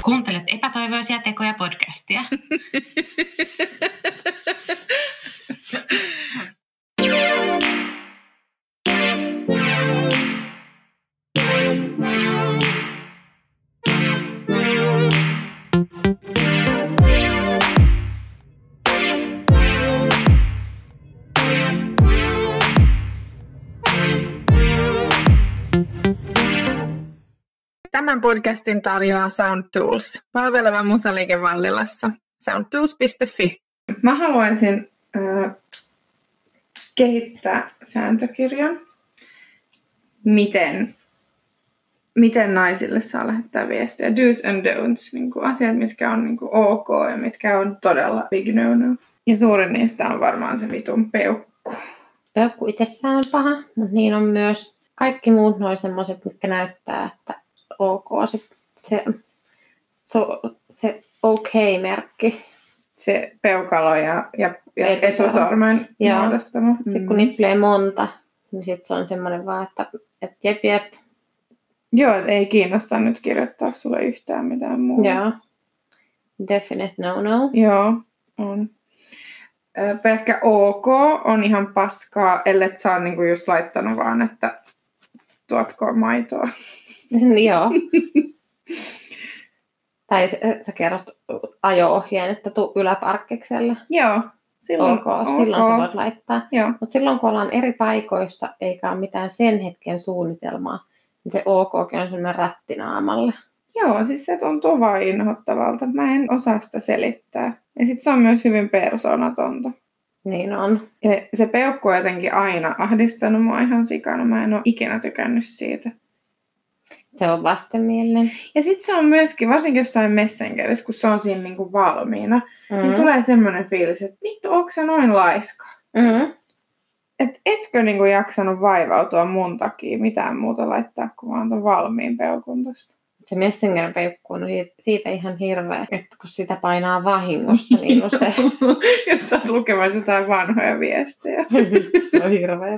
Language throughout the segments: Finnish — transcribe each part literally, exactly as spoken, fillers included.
Kuuntelet epätoivoisia tekoja podcastia. Tämän podcastin tarjoaa Sound Tools, palveleva musaliike Vallilassa. soundtools piste fi. Mä haluaisin äh, kehittää sääntökirjan, miten, miten naisille saa lähettää viestiä. Do's and don'ts, niin kuin asiat, mitkä on niin kuin ok ja mitkä on todella big no-no. Ja suurin niistä on varmaan se vitun peukku. Peukku itsessään on paha, mutta niin on myös kaikki muut noin semmoiset, mitkä näyttää, että ok, se, se, so, se ok-merkki. Se peukalo ja, ja, ja etusormen muodostama. Sitten kun niitä tulee monta, niin sitten se on semmoinen vaan, että, että jep jep. Joo, ei kiinnosta nyt kirjoittaa sulle yhtään mitään muuta. Joo. Definite no no. Joo, on. Pelkkä ok on ihan paskaa, ellet sä oon niinku just laittanut vaan, että tuotko maitoa. Joo. Tai sä kerrot ajo-ohjeen, että tuu yläparkkikselle. Joo. Silloin, ok, okay. Silloin sä voit laittaa. Mutta silloin kun ollaan eri paikoissa eikä ole mitään sen hetken suunnitelmaa, niin se okkin on semmoinen rättinaamalle. Joo, siis se tuntuu vaan inhottavalta. Mä en osaa sitä selittää. Ja sit se on myös hyvin persoonatonta. Niin on. Ja se peukku on jotenkin aina ahdistanut mua ihan sikana. Mä en ole ikinä tykännyt siitä. Se on vastenmielinen. Ja sitten se on myöskin, varsinkin jossain Messengerissä, kun se on siinä niinku valmiina, mm-hmm. niin tulee semmoinen fiilis, että vittu, onko sä noin laiska? Mm-hmm. Et etkö niinku jaksanut vaivautua mun takia mitään muuta laittaa, kun vaan ton valmiin peukun tosta. Se Messenger-peukku on siitä ihan hirveä, että kun sitä painaa vahingossa, niin usein. Jos sä oot lukemassa jotain vanhoja viestejä. Se on hirveä.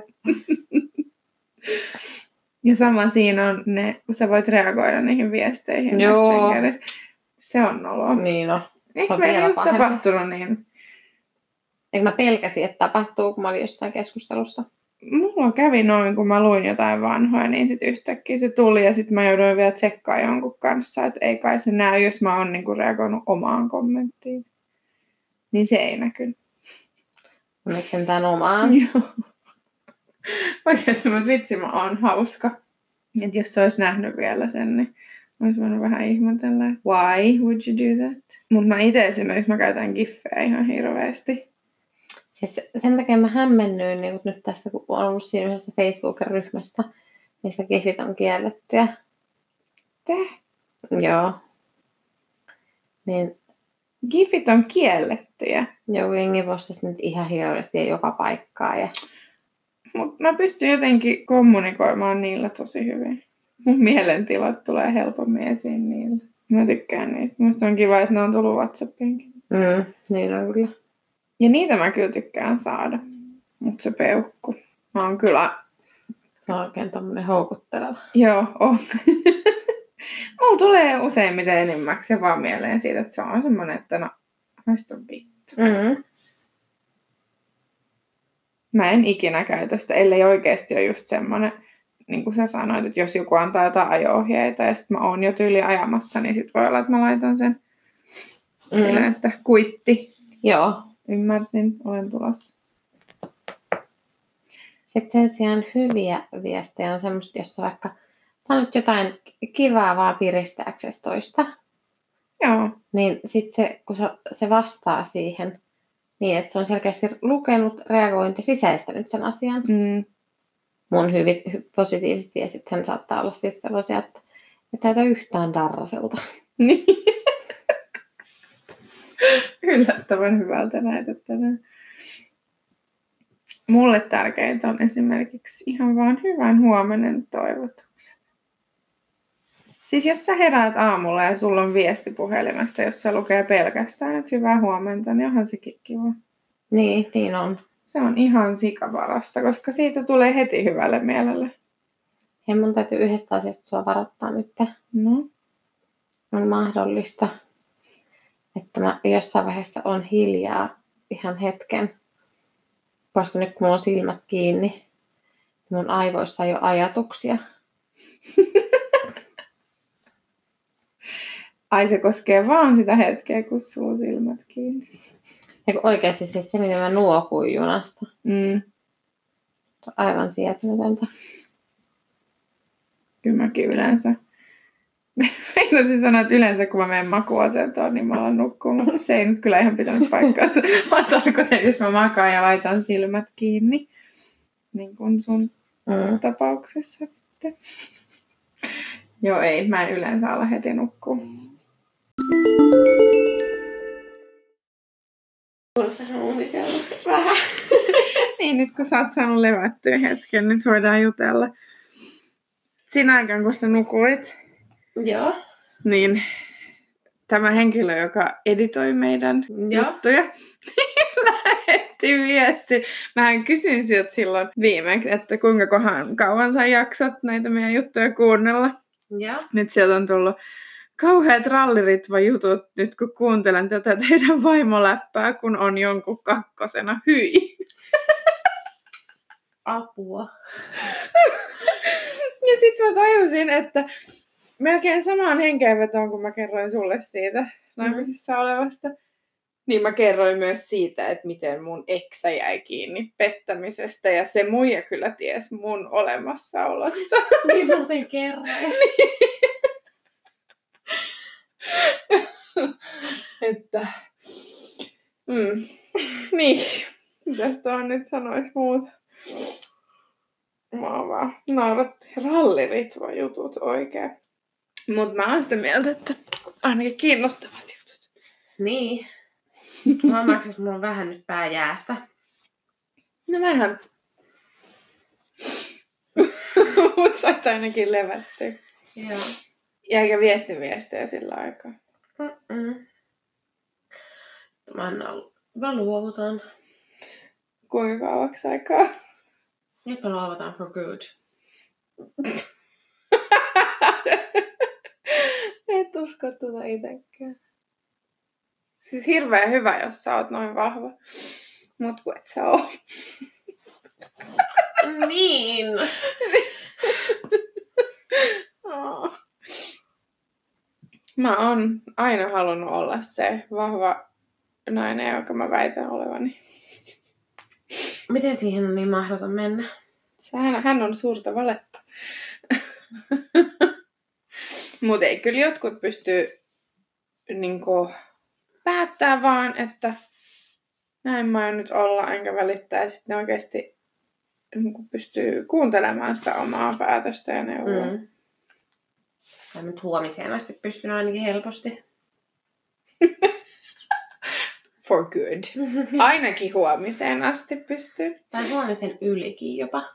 Ja sama siinä on ne, kun sä voit reagoida niihin viesteihin. Joo. Se on noloa. Niin on. Eikö meillä just pahempi. Tapahtunut niin? Eikö mä pelkäsin, että tapahtuu, kun mä olin jossain keskustelussa? Mulla kävi noin, kun mä luin jotain vanhoja, niin sit yhtäkkiä se tuli ja sit mä jouduin vielä tsekkaamaan jonkun kanssa, että ei kai se näy, jos mä oon niinku reagoinut omaan kommenttiin. Niin se ei näkynyt. Onneksi sentään omaan. Joo. Oikeasti, mutta vitsi, mä oon hauska. Et jos se olisi nähnyt vielä sen, niin olisi voinut vähän ihmetellä, why would you do that? Mutta mä itse esimerkiksi mä käytän giffejä ihan hirveästi. Ja sen takia mä hämmennyin niin nyt tässä, kun olen ollut siinä yhdessä Facebook-ryhmässä, missä gifit on kiellettyjä. Täh? Joo. Niin, gifit on kiellettyjä? Joo, jengi postasi nyt ihan hirveästi ja joka paikkaa. Ja... Mutta mä pystyn jotenkin kommunikoimaan niillä tosi hyvin. Mun mielentilat tulee helpommin esiin niillä. Mä tykkään niistä. Musta on kiva, että ne on tullut WhatsAppiinkin. Mm, niin on kyllä. Ja niitä mä kyllä tykkään saada. Mutta se peukku. Mä oon kyllä... Se on oikein tommonen houkutteleva. Joo, on. Mulla tulee useimmiten enimmäkseen vaan mieleen siitä, että se on semmonen, että no, haista vittu. Mm-hmm. Mä en ikinä käytä sitä, ellei oikeasti ole just semmonen, niin kuin sä sanoit, että jos joku antaa jotain ajo-ohjeita ja sit mä oon jo tyyli ajamassa, niin sit voi olla, että mä laitan sen mm. sillä, että kuitti. Joo. Ymmärsin, olen tulossa. Sitten sen sijaan hyviä viestejä on semmoista, jossa vaikka sanot jotain kivaa vaan piristääksesi toista. Joo. Niin sitten se, kun se, se vastaa siihen, niin että se on selkeästi lukenut, reagointi, sisäistänyt sen asian. Mm. Mun hyvin hy, positiiviset viestithän saattaa olla siis sellaisia, että et näytä yhtään darraselta. Niin. Yllättävän hyvältä näytät tänään. Mulle tärkeintä on esimerkiksi ihan vaan hyvän huomenen toivotukset. Siis jos sä heräät aamulla ja sulla on viesti puhelimessa, jossa lukee pelkästään, että hyvää huomenta, niin onhan sekin kiva. Niin, niin on. Se on ihan sikaparasta, koska siitä tulee heti hyvälle mielelle. Hei, mun täytyy yhdestä asiasta sua varoittaa nyt. No? on mahdollista, että mä jossain vaiheessa on hiljaa ihan hetken, koska nyt kun mulla on silmät kiinni, niin mun aivoissa ei ole ajatuksia. Ai se koskee vaan sitä hetkeä, kun sulla on silmät kiinni. Ja kun oikeasti siis se, miten mä nuokuin junasta. Mm. Aivan sietämätöntä. Kyllä mäkin yleensä. Meinasin sanoa, että yleensä kun mä menen makuasentoon, niin mä alan nukkua, mutta se ei nyt kyllä ihan pitänyt paikkaansa. Mä tarkoitan, jos mä makaan ja laitan silmät kiinni, niin kuin sun mm. tapauksessa. Joo, ei, mä en yleensä ala heti nukkua. Vähän. Niin, nyt kun sä oot saanut levättyä hetken, nyt voidaan jutella. Siinä aikaan, kun sä nukuit, Joo. niin tämä henkilö, joka editoi meidän Joo. juttuja, lähetti viesti. Mähän kysyin siltä silloin viimeksi, että kuinka kohan kauan sä jaksat näitä meidän juttuja kuunnella. Joo. Nyt sieltä on tullut kauheat ralliritva-jutut nyt, kun kuuntelen tätä teidän vaimoläppää, kun on jonkun kakkosena. Hyi! Apua. Ja sitten mä tajusin, että melkein samaan henkeenvetoon, kun mä kerroin sulle siitä naimisissa mm. olevasta, niin mä kerroin myös siitä, että miten mun eksä jäi kiinni pettämisestä. Ja se muija kyllä ties mun olemassaolosta. Niin muuten kerroin. Että, mm, niin, tästä on nyt sanois muuta. Mä oon vaan nauratti ralliritva jutut oikein. Mut mä oon sitä mieltä, että ainakin kiinnostavat jutut. Niin. Huomaaks, että mulla on vähän nyt pää jäästä. No vähän. Mut sait ainakin levättyä. Joo. Ja eikä viestin viestejä sillä aikaa. Mm-mm. Mä, annan, mä luovutan. Kuinka kauaksi aikaa? Nyt mä luovutan for good. Et usko tuota itekään. Siis hirveän hyvä, jos sä oot noin vahva. Mut kun et sä oo. Niin. Oh. Mä oon aina halunnut olla se vahva nainen, jonka mä väitän olevani. Miten siihen on niin mahdoton mennä? Sehän, hän on suurta valetta. Mut ei kyllä jotkut pysty niinku päättää vaan, että näin mä oon nyt olla, enkä välittää. Ja sitten ne oikeesti niinku pystyy kuuntelemaan sitä omaa päätöstä ja neuvoa. Mm. Mä nyt huomiseen asti pystyn ainakin helposti. For good. Ainakin huomiseen asti pystyn. Tai huomisen ylikin jopa.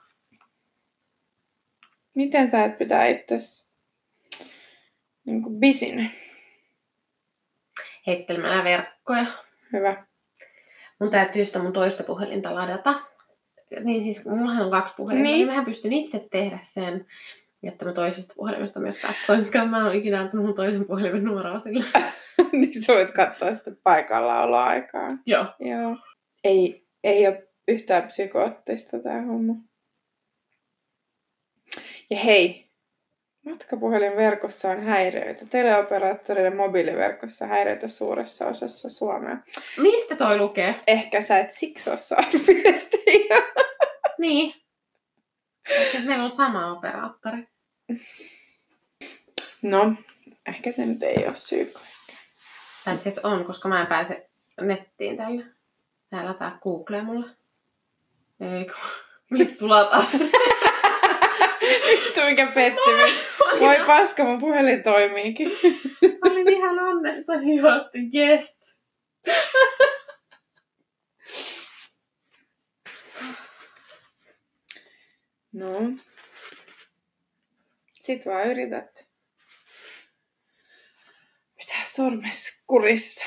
Miten sä et pitää itsesi niinku bisin? Heittelemällä verkkoja. Hyvä. Mun täytyy sitä mun toista puhelinta ladata. Niin siis, mullahan on kaksi puhelinta, niin, niin mähän pystyn itse tehdä sen. Että mä toisesta puhelimesta myös katsoin. Mä en ole ikinä antanut mun toisen puhelimen numeroa sille. Niin sä voit katsoa sitä paikallaoloaikaa. Joo. Joo. Ei, ei ole yhtään psykoottista tää homma. Ja hei, matkapuhelinverkossa on häiriöitä. Teleoperaattoreiden mobiiliverkossa häiriöitä suuressa osassa Suomea. Mistä toi lukee? Ehkä sä et siksi ole saanut viestejä. Niin. Ehkä meillä on sama operaattori. No, ehkä se nyt ei ole syy kaikkea. Tai se on, koska mä en pääse nettiin tällä. Tää lataa Googlea mulle. Eikö? Vittu lataa se. Vittu mikä pettymys. Voi paska, mun puhelin toimiikin. Mä olin ihan onnessani, että jes. No. Sit vaan yrität pitää sormes kurissa.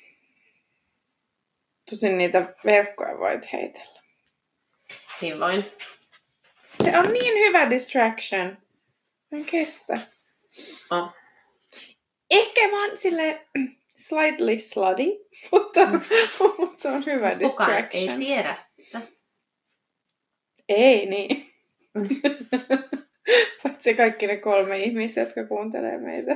Tosin niitä verkkoja voit heitellä. Niin voin. Se on niin hyvä distraction. Mä en kestä. Oh. Ehkä vaan silleen slightly slutty, mutta, Mm. mutta se on hyvä Kukaan distraction. ei tiedä sitä. Ei niin. Mm. Paitsi kaikki ne kolme ihmistä, jotka kuuntelee meitä.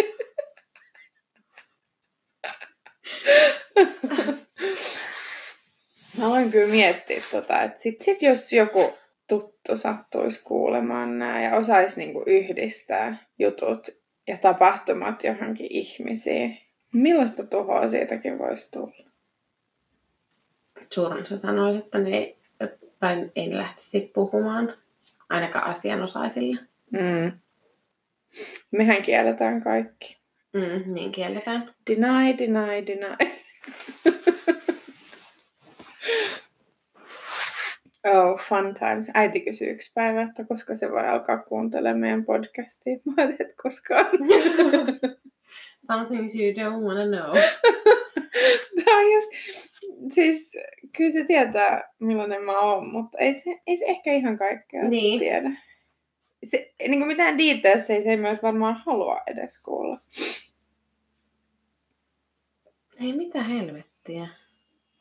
Mä aloin kyllä miettiä tota, että sit, sit jos joku tuttu sattuisi kuulemaan nää ja osaisi niinku yhdistää jutut ja tapahtumat johonkin ihmisiin, millaista tuhoa siitäkin voisi tulla? Suurin osa sanoisi, että ne ei, tai ei lähtisi puhumaan, ainakaan asianosaisille. Mm. Mehän kielletään kaikki. Mm, niin kielletään. Deny, deny, deny. Oh, fun times. Äiti kysyi yksi päivä, että koska se voi alkaa kuuntelemaan meidän podcastia. Mä ajattelin, että koskaan. Some things you don't wanna know. Tämä on just, siis kyllä se tietää, millainen mä oon, mutta ei se, ei se ehkä ihan kaikkea Niin. tiedä. Se, niin kuin mitään details ei se myös varmaan halua edes kuulla. Ei mitä helvettiä.